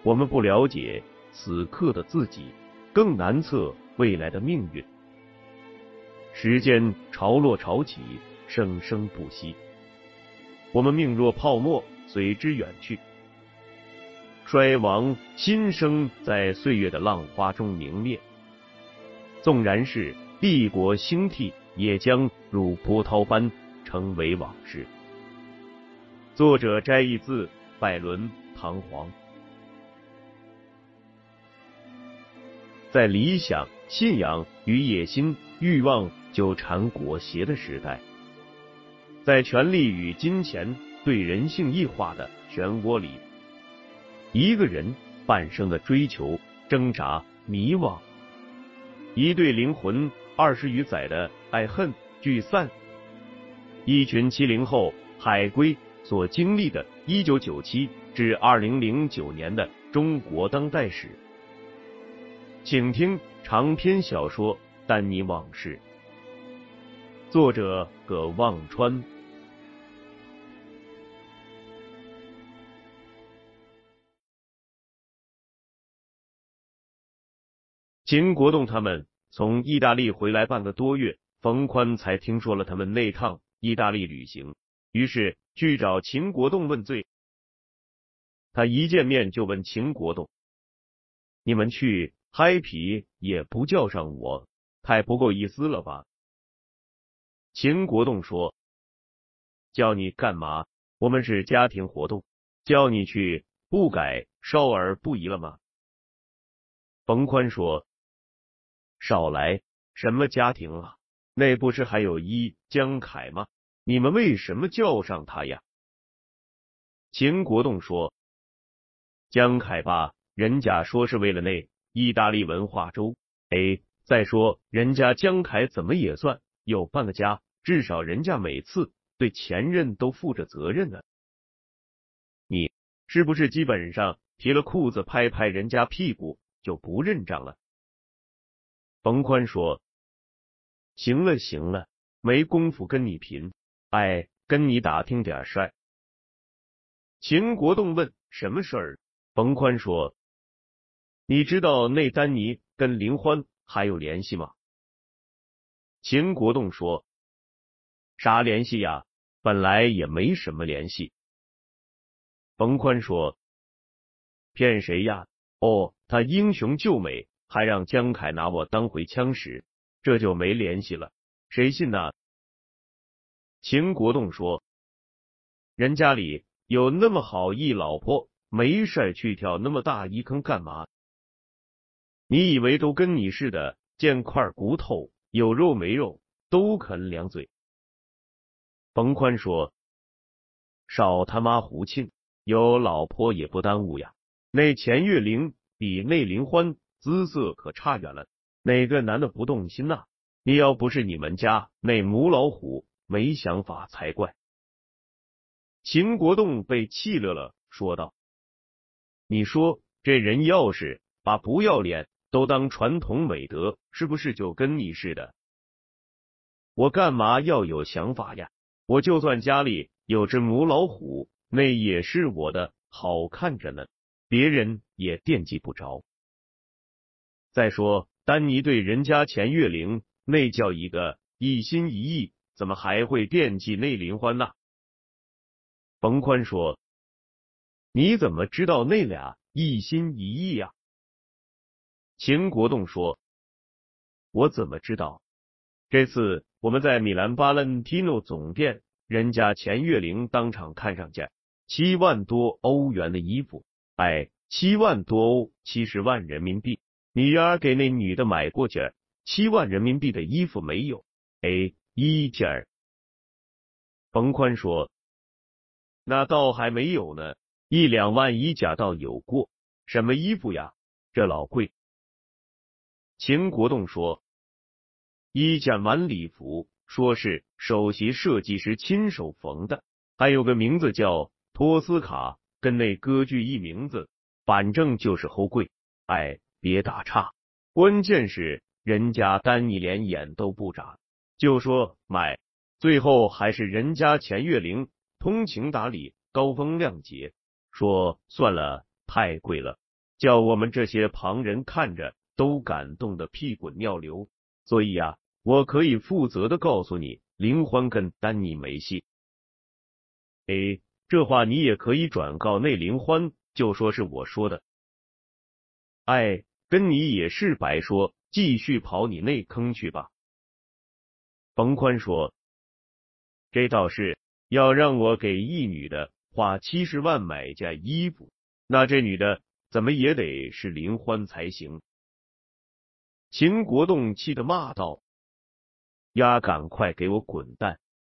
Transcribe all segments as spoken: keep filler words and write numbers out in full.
我们不了解此刻的自己，更难测未来的命运。时间潮落潮起，生生不息。我们命若泡沫，随之远去。衰亡新生在岁月的浪花中明灭。纵然是帝国兴替，也将如波涛般成为往事。作者摘译自拜伦·唐璜。在理想、信仰与野心、欲望纠缠裹挟的时代，在权力与金钱对人性异化的漩涡里，一个人半生的追求、挣扎、迷惘，一对灵魂二十余载的爱恨聚散，一群七零后海归所经历的一九九七至二零零九年的中国当代史。请听长篇小说《丹尼往事》，作者葛望川。秦国栋他们从意大利回来半个多月，冯宽才听说了他们那趟意大利旅行，于是去找秦国栋问罪。他一见面就问秦国栋：“你们去嗨皮也不叫上我，太不够意思了吧？”秦国栋说：“叫你干嘛？我们是家庭活动，叫你去不改少儿不宜了吗？”冯宽说：“少来，什么家庭啊？那不是还有一江凯吗？你们为什么叫上他呀？”秦国栋说：“江凯吧，人家说是为了那意大利文化周。哎，再说人家江凯怎么也算有半个家，至少人家每次对前任都负着责任呢。你是不是基本上提了裤子拍拍人家屁股就不认账了？”冯宽说：“行了行了，没工夫跟你贫，哎，跟你打听点事儿。”秦国栋问：“什么事儿？”冯宽说：“你知道那丹尼跟林欢还有联系吗？”秦国栋说：“啥联系呀？本来也没什么联系。”冯宽说：“骗谁呀？哦，他英雄救美，还让江凯拿我当回枪使，这就没联系了，谁信呢？”秦国栋说：“人家里有那么好一老婆，没事去跳那么大一坑干嘛？你以为都跟你似的，见块骨头有肉没肉都肯两嘴？”冯宽说：“少他妈胡沁，有老婆也不耽误呀。那钱月玲比那林欢姿色可差远了，哪个男的不动心呐？你要不是你们家那母老虎没想法才怪。”秦国栋被气乐了，说道：“你说这人要是把不要脸都当传统美德，是不是就跟你似的？我干嘛要有想法呀？我就算家里有只母老虎，那也是我的，好看着呢，别人也惦记不着。再说丹尼对人家钱月玲那叫一个一心一意，怎么还会惦记那林欢呢？”冯宽说：“你怎么知道那俩一心一意呀？”秦国栋说：“我怎么知道？这次我们在米兰巴伦蒂诺总店，人家钱月玲当场看上件七万多欧元的衣服，哎，七万多欧，七十万人民币。你丫给那女的买过件七万人民币的衣服没有？哎，一件儿。”冯宽说：“那倒还没有呢，一两万一甲倒有过。什么衣服呀？这老贵。”秦国栋说：“一件晚礼服，说是首席设计师亲手缝的，还有个名字叫托斯卡，跟那歌剧一名字，反正就是齁贵。哎，别打岔，关键是人家丹尼连眼都不眨，就说买，最后还是人家钱月玲通情达理，高风亮节，说算了，太贵了， 叫我们这些旁人看着都感动得屁滚尿流。所以啊，我可以负责的告诉你，林欢跟丹尼没戏。哎，这话你也可以转告那林欢，就说是我说的。哎，跟你也是白说，继续跑你那坑去吧。冯宽说，这倒是，要让我给一女的花七十万买件衣服，那这女的怎么也得是林欢才行。秦国栋气得骂道：呀，赶快给我滚蛋！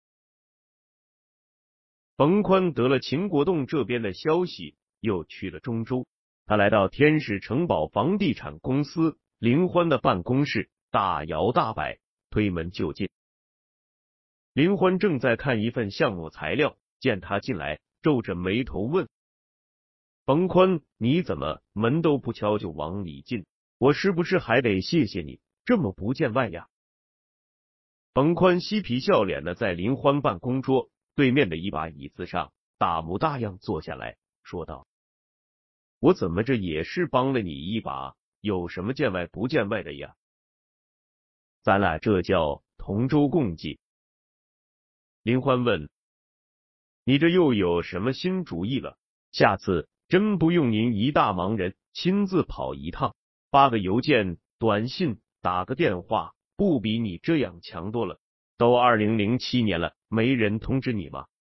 冯宽得了秦国栋这边的消息，又去了中州。他来到天使城堡房地产公司林欢的办公室，大摇大摆推门就进。林欢正在看一份项目材料，见他进来，皱着眉头问：冯宽，你怎么门都不敲就往里进？我是不是还得谢谢你这么不见外呀？冯宽嬉皮笑脸的在林欢办公桌对面的一把椅子上大模大样坐下来，说道：我怎么这也是帮了你一把，有什么见外不见外的呀？咱俩这叫同舟共济。林欢问：你这又有什么新主意了？下次真不用您一大忙人亲自跑一趟，发个邮件、短信、打个电话，不比你这样强多了。都二零零七年了，没人通知你吗？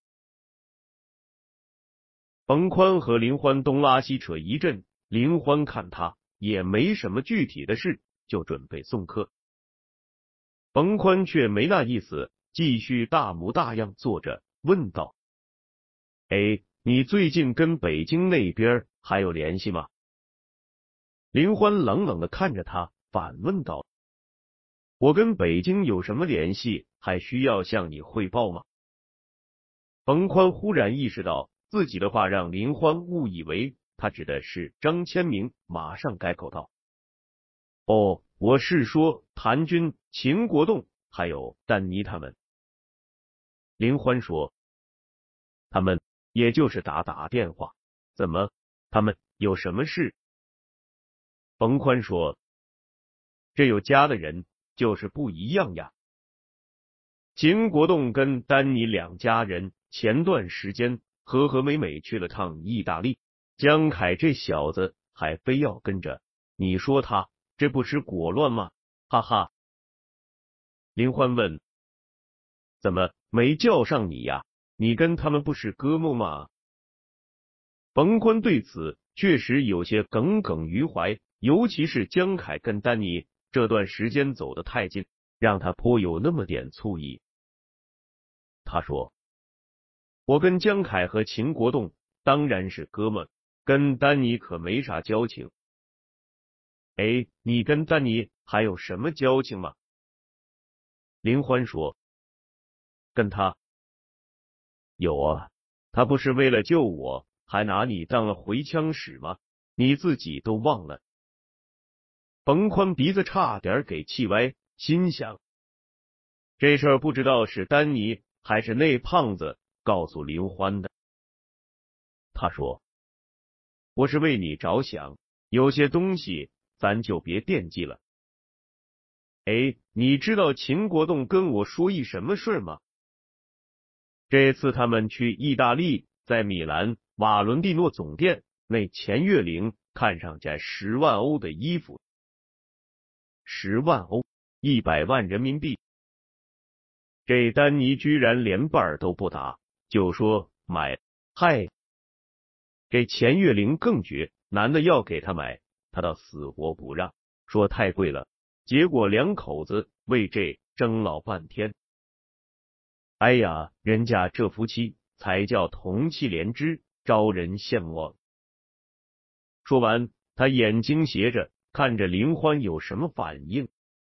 冯宽和林欢东拉西扯一阵，林欢看他也没什么具体的事，就准备送客。冯宽却没那意思，继续大模大样坐着，问道：哎，你最近跟北京那边还有联系吗？林欢冷冷的看着他，反问道：我跟北京有什么联系，还需要向你汇报吗？冯宽忽然意识到自己的话让林欢误以为他指的是张千明，马上改口道：哦，我是说谭军、秦国栋还有丹尼他们。林欢说：他们也就是打打电话，怎么？他们有什么事？冯宽说：这有家的人就是不一样呀。秦国栋跟丹尼两家人前段时间和和美美去了趟意大利，江凯这小子还非要跟着，你说他这不是果乱吗？哈哈。林欢问：怎么没叫上你呀？你跟他们不是哥们吗？冯宽对此确实有些耿耿于怀，尤其是江凯跟丹尼这段时间走得太近，让他颇有那么点醋意。他说：我跟江凯和秦国栋当然是哥们，跟丹尼可没啥交情。哎，你跟丹尼还有什么交情吗？林欢说：跟他有啊，他不是为了救我，还拿你当了回枪使吗？你自己都忘了。冯宽鼻子差点给气歪，心想这事儿不知道是丹尼还是那胖子告诉林欢的。他说：我是为你着想，有些东西咱就别惦记了。哎，你知道秦国栋跟我说一什么事吗？这次他们去意大利，在米兰瓦伦蒂诺总店，那钱月玲看上件十万欧的衣服。十万欧，一百万人民币。这丹尼居然连半都不打，就说买。嗨，这钱月玲更绝，男的要给他买，他倒死活不让，说太贵了。结果两口子为这争老半天。哎呀，人家这夫妻才叫同气连枝，招人羡慕。说完，他眼睛斜着看着林欢有什么反应。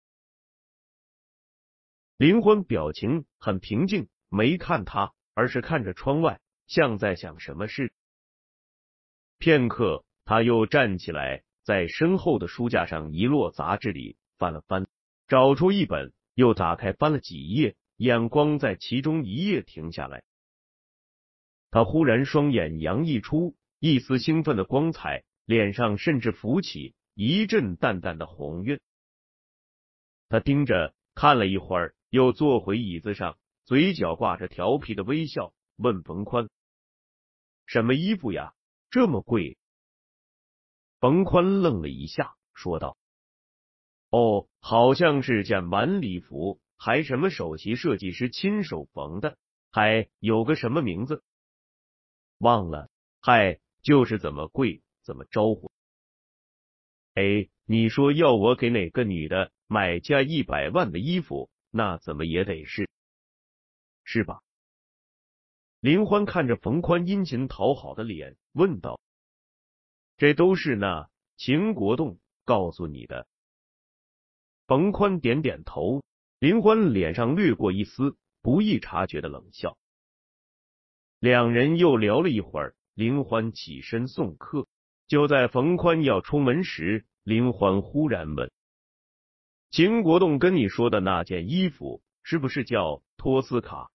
林欢表情很平静，没看他，而是看着窗外，像在想什么事。片刻，他又站起来，在身后的书架上一摞杂志里翻了翻，找出一本，又打开翻了几页，眼光在其中一页停下来。他忽然双眼洋溢出一丝兴奋的光彩， 脸上甚至浮起一阵淡淡的红晕。他盯着看了一会儿，又坐回椅子上，嘴角挂着调皮的微笑，问冯宽：“什么衣服呀？这么贵？”冯宽愣了一下，说道：“哦，好像是件晚礼服，还什么首席设计师亲手缝的，还有个什么名字忘了，嗨，就是怎么贵怎么招呼。哎，你说要我给哪个女的买价一百万的衣服，那怎么也得是，是吧？”林欢看着冯宽殷勤讨好的脸，问道：“这都是那秦国栋告诉你的？”冯宽点点头，林欢脸上掠过一丝不易察觉的冷笑。两人又聊了一会儿，林欢起身送客。就在冯宽要出门时，林欢忽然问：“秦国栋跟你说的那件衣服是不是叫托斯卡？”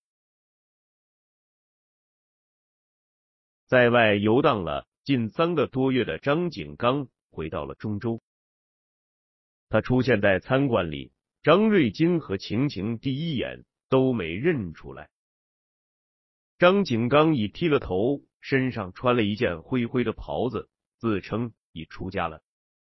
在外游荡了近三个多月的张景刚回到了中州。他出现在餐馆里，张瑞金和晴晴第一眼都没认出来。张景刚已剃了头，身上穿了一件灰灰的袍子，自称已出家了。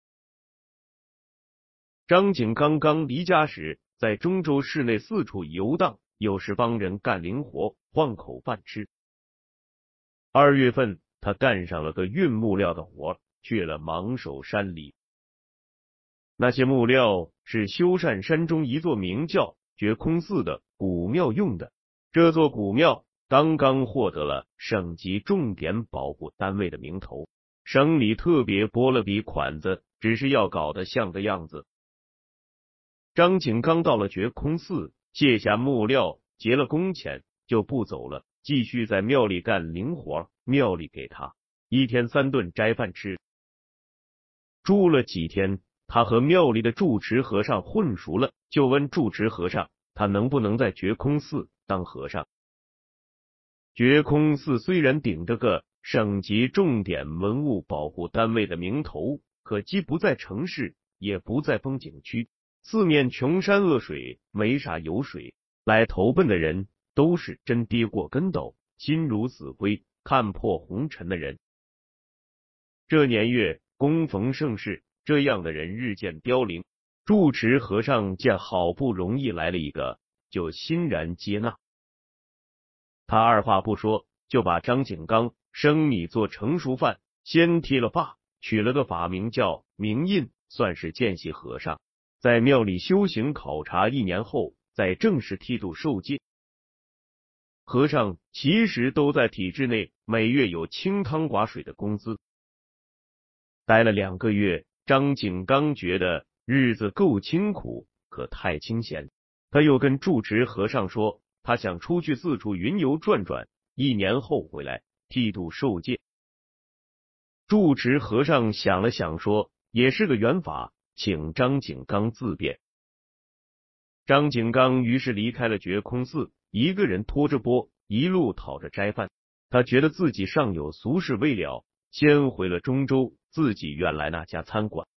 张景刚刚离家时，在中州市内四处游荡，有时帮人干零活，换口饭吃。二月份，他干上了个运木料的活，去了芒手山里。那些木料是修缮山中一座名叫觉空寺的古庙用的。这座古庙刚刚获得了省级重点保护单位的名头，省里特别拨了笔款子，只是要搞得像个样子。张景刚到了觉空寺，卸下木料，结了工钱，就不走了，继续在庙里干零活。庙里给他一天三顿斋饭吃。住了几天，他和庙里的住持和尚混熟了，就问住持和尚，他能不能在觉空寺当和尚。觉空寺虽然顶着个省级重点文物保护单位的名头，可既不在城市，也不在风景区，四面穷山恶水，没啥油水。来投奔的人都是真跌过跟斗，心如死灰，看破红尘的人。这年月恭逢盛世，这样的人日渐凋零。住持和尚见好不容易来了一个，就欣然接纳。他二话不说，就把张景刚生米做成熟饭，先剃了发，取了个法名叫明印，算是见习和尚。在庙里修行考察一年后，再正式剃度受戒。和尚其实都在体制内，每月有清汤寡水的工资。待了两个月，张景刚觉得日子够清苦，可太清闲。他又跟住持和尚说，他想出去四处云游转转，一年后回来剃度受戒。住持和尚想了想说，也是个缘法，请张景刚自便。张景刚于是离开了觉空寺，一个人拖着钵，一路讨着斋饭。他觉得自己尚有俗事未了，先回了中州自己原来那家餐馆。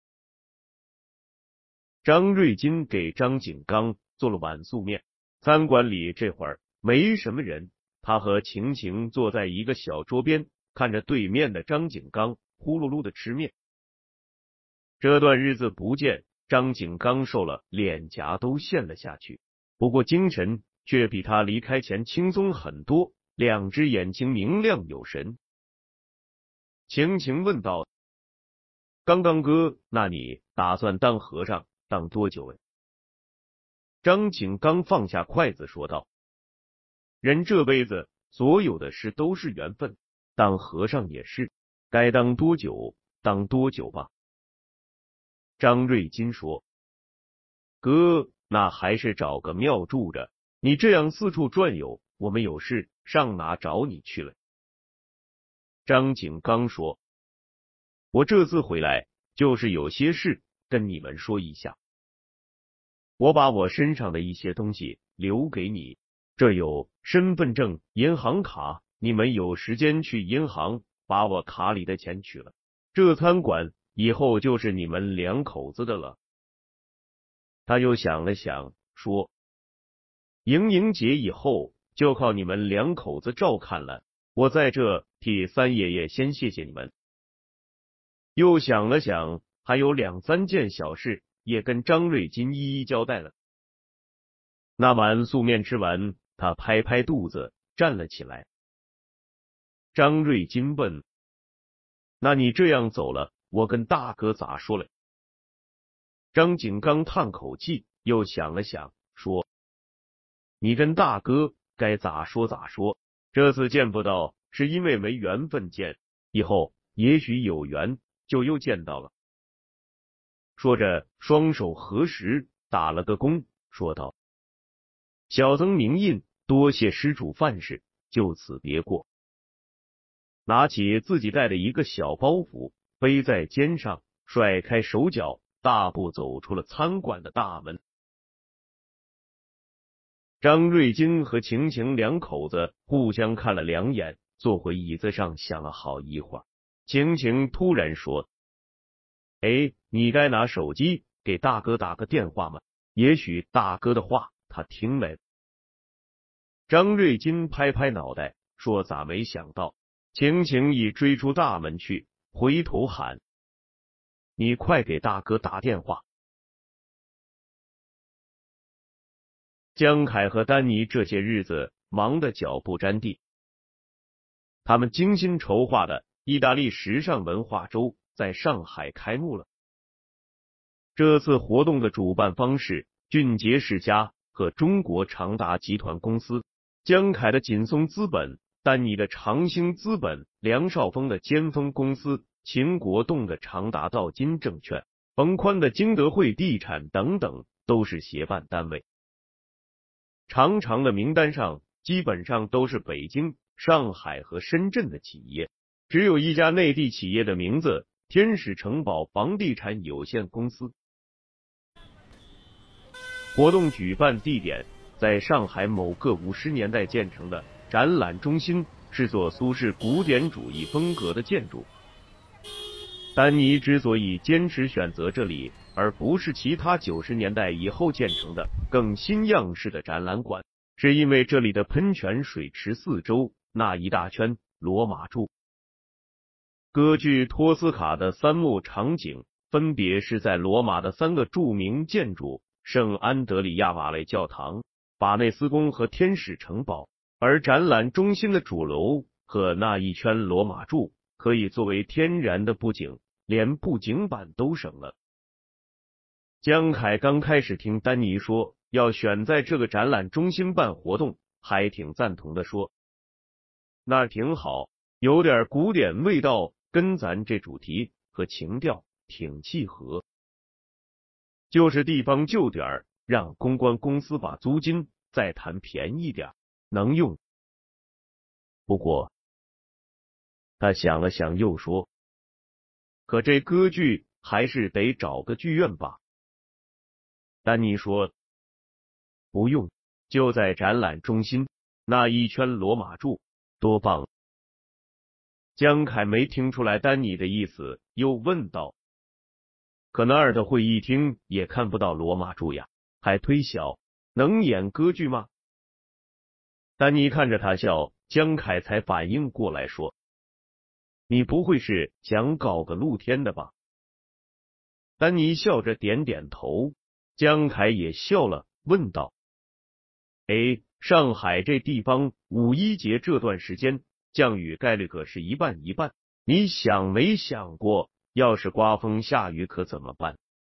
张瑞金给张景刚做了碗素面。餐馆里这会儿没什么人，他和晴晴坐在一个小桌边，看着对面的张景刚呼噜噜的吃面。这段日子不见，张景刚瘦了，脸颊都陷了下去，不过精神却比他离开前轻松很多，两只眼睛明亮有神。晴晴问道：“刚刚哥，那你打算当和尚当多久？”张景刚放下筷子说道：“人这辈子所有的事都是缘分，当和尚也是，该当多久当多久吧。”张瑞金说：“哥，那还是找个庙住着，你这样四处转悠，我们有事上哪找你去了？”张景刚说：“我这次回来就是有些事跟你们说一下。我把我身上的一些东西留给你，这有身份证、银行卡，你们有时间去银行把我卡里的钱取了。 这餐馆以后就是你们两口子的了。他又想了想，说：迎迎节以后就靠你们两口子照看了，我在这替三爷爷先谢谢你们。又想了想，还有两三件小事也跟张瑞金一一交代了。那碗素面吃完，他拍拍肚子站了起来。张瑞金问：那你这样走了，我跟大哥咋说了？张景刚叹口气，又想了想，说：你跟大哥该咋说咋说，这次见不到是因为没缘分见，以后也许有缘就又见到了。说着双手合十打了个躬，说道：小僧明印，多谢施主饭食，就此别过。拿起自己带的一个小包袱，背在肩上，甩开手脚，大步走出了餐馆的大门。张瑞金和晴晴两口子互相看了两眼，坐回椅子上想了好一会儿。晴晴突然说：哎，你该拿手机给大哥打个电话吗？也许大哥的话他听来了。张瑞金拍拍脑袋说：咋没想到？晴晴已追出大门去，回头喊：你快给大哥打电话。江凯和丹尼这些日子忙得脚不沾地，他们精心筹划的意大利时尚文化周在上海开幕了。这次活动的主办方是俊杰世家和中国长达集团公司，江凯的锦松资本、丹尼的长兴资本、梁少峰的尖峰公司、秦国栋的长达道金证券、冯宽的金德汇地产等等都是协办单位。长长的名单上基本上都是北京、上海和深圳的企业，只有一家内地企业的名字——天使城堡房地产有限公司。活动举办地点在上海某个五十年代建成的展览中心，是座苏式古典主义风格的建筑。丹尼之所以坚持选择这里，而不是其他九十年代以后建成的更新样式的展览馆，是因为这里的喷泉水池四周那一大圈罗马柱。歌剧托斯卡的三幕场景分别是在罗马的三个著名建筑圣安德里亚瓦雷教堂、法内斯宫和天使城堡，而展览中心的主楼和那一圈罗马柱可以作为天然的布景，连布景板都省了。江凯刚开始听丹尼说要选在这个展览中心办活动，还挺赞同的，说那挺好，有点古典味道，跟咱这主题和情调挺契合。就是地方旧点儿，让公关公司把租金再谈便宜点，能用。不过他想了想又说，可这歌剧还是得找个剧院吧。丹尼说，不用，就在展览中心那一圈罗马柱，多棒。江凯没听出来丹尼的意思，又问道，可那儿的会议厅也看不到罗马柱呀，还忒小，能演歌剧吗？丹尼看着他笑，江凯才反应过来说，你不会是想搞个露天的吧？丹尼笑着点点头，江凯也笑了，问道，哎，上海这地方五一节这段时间降雨概率可是一半一半，你想没想过要是刮风下雨可怎么办？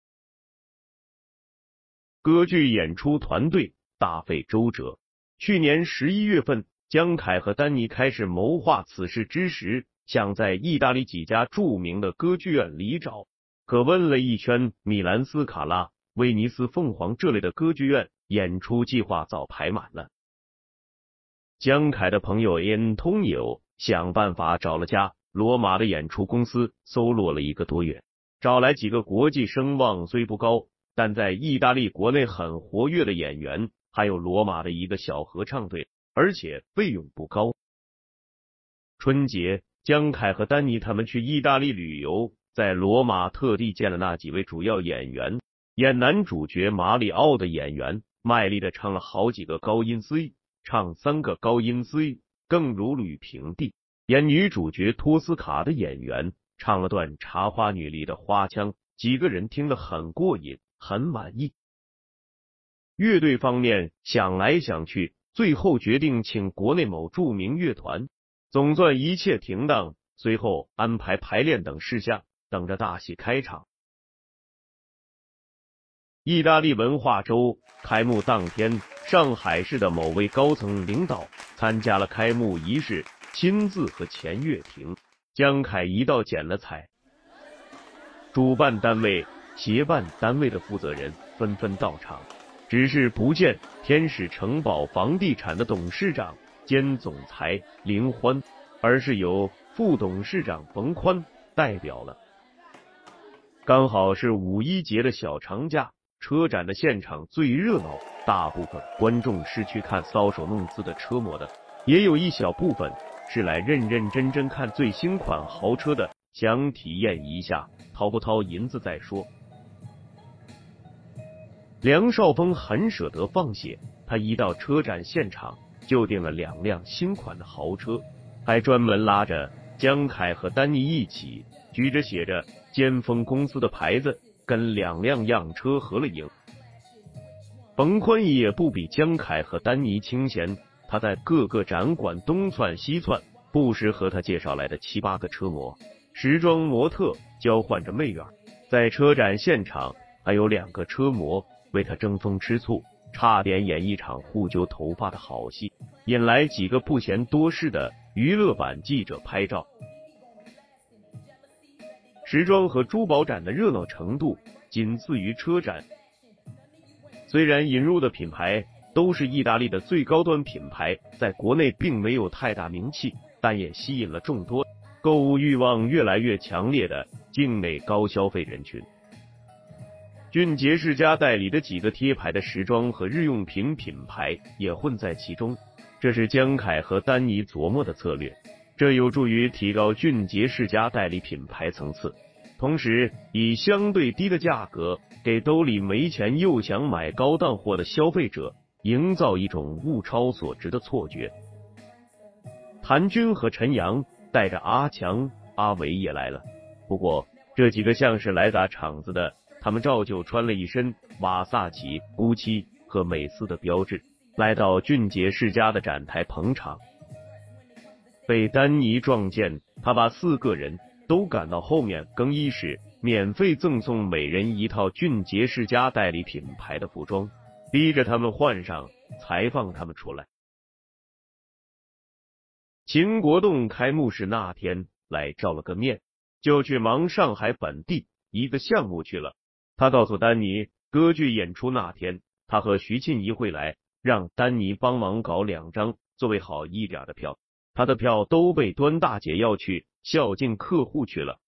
歌剧演出团队大费周折，去年十一月份，江凯和丹尼开始谋划此事之时，想在意大利几家著名的歌剧院里找，可问了一圈，米兰斯卡拉、威尼斯凤凰这类的歌剧院演出计划早排满了。江凯的朋友 Antonio 想办法找了家罗马的演出公司，搜罗了一个多月，找来几个国际声望虽不高，但在意大利国内很活跃的演员，还有罗马的一个小合唱队，而且费用不高。春节，江凯和丹尼他们去意大利旅游， 在罗马特地见了那几位主要演员，演男主角马里奥的演员卖力的唱了好几个高音 C， 唱三个高音 C， 更如履平地。演女主角托斯卡的演员唱了段《茶花女》里的花腔，几个人听了很过瘾，很满意。乐队方面想来想去，最后决定请国内某著名乐团，总算一切停当，随后安排排练等事项，等着大戏开场。意大利文化周开幕当天，上海市的某位高层领导参加了开幕仪式，亲自和钱乐婷、江凯一道剪了彩。主办单位、协办单位的负责人纷纷到场，只是不见天使城堡房地产的董事长兼总裁林欢，而是由副董事长冯宽代表了。刚好是五一节的小长假，车展的现场最热闹，大部分观众是去看搔首弄姿的车模的，也有一小部分是来认认真真看最新款豪车的，想体验一下掏不掏银子再说。梁少峰很舍得放血，他一到车展现场就订了两辆新款的豪车，还专门拉着江凯和丹尼一起，举着写着尖峰公司的牌子，跟两辆样车合了影。冯宽也不比江凯和丹尼清闲，他在各个展馆东窜西窜，不时和他介绍来的七八个车模、时装模特交换着媚眼。在车展现场还有两个车模为他争风吃醋，差点演一场互揪头发的好戏，引来几个不嫌多事的娱乐版记者拍照。时装和珠宝展的热闹程度仅次于车展，虽然引入的品牌都是意大利的最高端品牌，在国内并没有太大名气，但也吸引了众多购物欲望越来越强烈的境内高消费人群。俊杰世家代理的几个贴牌的时装和日用品品牌也混在其中，这是江凯和丹尼琢磨的策略，这有助于提高俊杰世家代理品牌层次，同时以相对低的价格给兜里没钱又想买高档货的消费者营造一种物超所值的错觉。谭军和陈阳带着阿强、阿伟也来了，不过这几个像是来打场子的，他们照旧穿了一身瓦萨奇、古奇和美斯的标志，来到俊杰世家的展台捧场。被丹尼撞见，他把四个人都赶到后面更衣室，免费赠送每人一套俊杰世家代理品牌的服装，逼着他们换上才放他们出来。秦国栋开幕式那天来照了个面，就去忙上海本地一个项目去了。他告诉丹尼，歌剧演出那天他和徐庆怡会来，让丹尼帮忙搞两张座位好一点的票，他的票都被端大姐要去孝敬客户去了。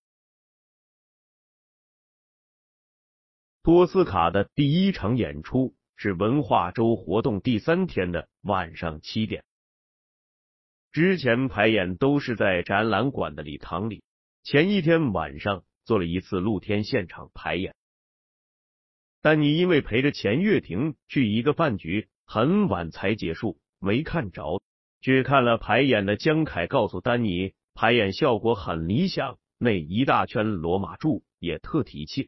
托斯卡的第一场演出是文化周活动第三天的晚上七点，之前排演都是在展览馆的礼堂里，前一天晚上做了一次露天现场排演。丹尼因为陪着钱乐婷去一个饭局，很晚才结束，没看着。去看了排演的江凯告诉丹尼，排演效果很理想，那一大圈罗马柱也特提气。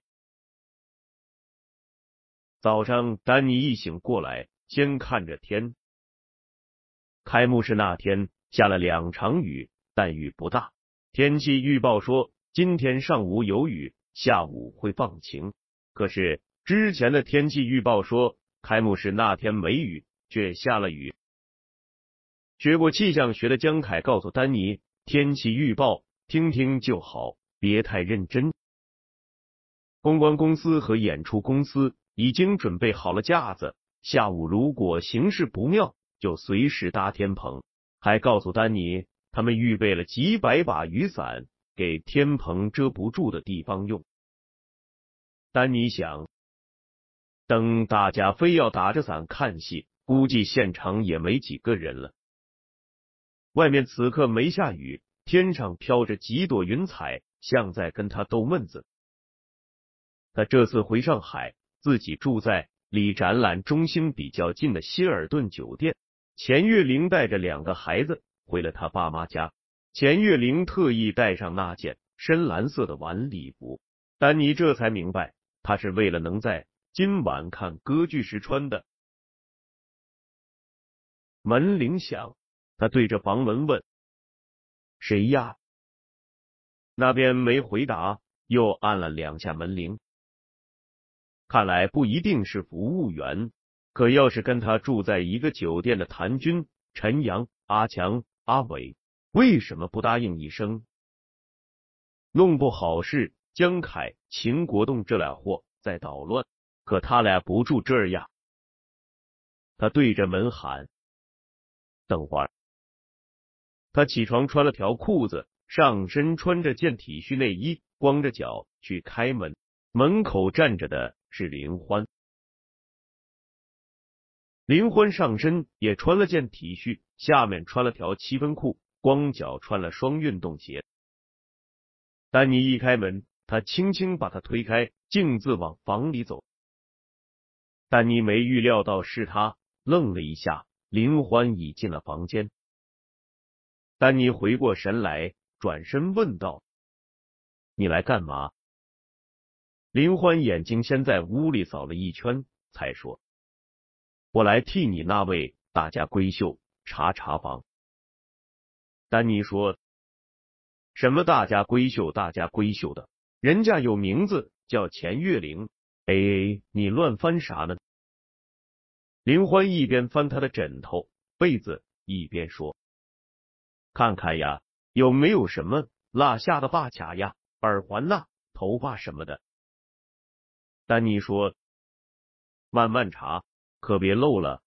早上丹尼一醒过来，先看着天。开幕式那天下了两场雨，但雨不大。天气预报说今天上午有雨，下午会放晴。可是之前的天气预报说开幕式那天没雨，却下了雨。学过气象学的江凯告诉丹尼，天气预报听听就好，别太认真。公关公司和演出公司已经准备好了架子，下午如果形势不妙，就随时搭天棚。还告诉丹尼，他们预备了几百把雨伞，给天棚遮不住的地方用。丹尼想，等大家非要打着伞看戏，估计现场也没几个人了。外面此刻没下雨，天上飘着几朵云彩， 像在跟他逗闷子。他这次回上海，自己住在离展览中心比较近的希尔顿酒店。钱月玲带着两个孩子回了他爸妈家。钱月玲特意带上那件深蓝色的晚礼服，丹尼这才明白，他是为了能在今晚看歌剧时穿的。门铃响，他对着房门问：“谁呀？”那边没回答，又按了两下门铃。看来不一定是服务员，可要是跟他住在一个酒店的谭军、陈阳、阿强、阿伟，为什么不答应一声？弄不好是江凯、秦国栋这俩货在捣乱，可他俩不住这儿呀。他对着门喊：“等会儿。”他起床穿了条裤子，上身穿着件 T 恤内衣，光着脚去开门。门口站着的是林欢。林欢上身也穿了件 T 恤，下面穿了条七分裤，光脚穿了双运动鞋。丹尼一开门，他轻轻把他推开，径自往房里走。丹尼没预料到是他，愣了一下，林欢已进了房间。丹尼回过神来，转身问道：“你来干嘛？”林欢眼睛先在屋里扫了一圈，才说：“我来替你那位大家闺秀查查房。”丹尼说：“什么大家闺秀大家闺秀的，人家有名字叫钱月玲。哎，你乱翻啥呢？”林欢一边翻他的枕头被子，一边说：“看看呀，有没有什么落下的发卡呀、耳环呐、头发什么的。”丹尼说：“慢慢查，可别漏了。”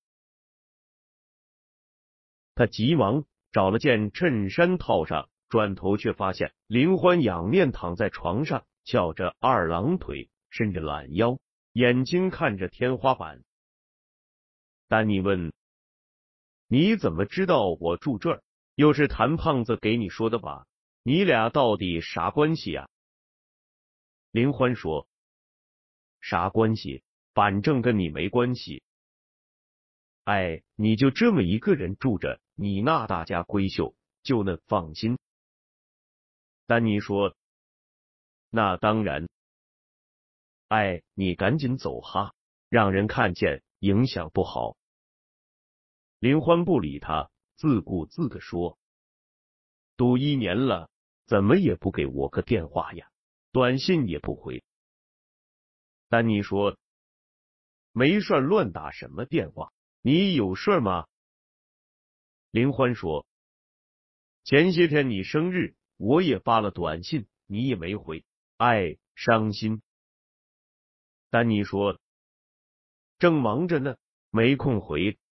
他急忙找了件衬衫套上，转头却发现林欢仰面躺在床上，翘着二郎腿，伸着懒腰，眼睛看着天花板。丹尼问：“你怎么知道我住这儿？又是谭胖子给你说的吧？你俩到底啥关系呀？”林欢说：“啥关系？反正跟你没关系。哎，你就这么一个人住着，你那大家闺秀就能放心？”丹尼说：“那当然。哎，你赶紧走哈，让人看见影响不好。”林欢不理他，自顾自地说：“都一年了，怎么也不给我个电话呀，短信也不回。”丹尼说：“没事乱打什么电话？你有事吗？”林欢说：“前些天你生日，我也发了短信，你也没回，哎，伤心。”丹尼说：“正忙着呢，没空回。”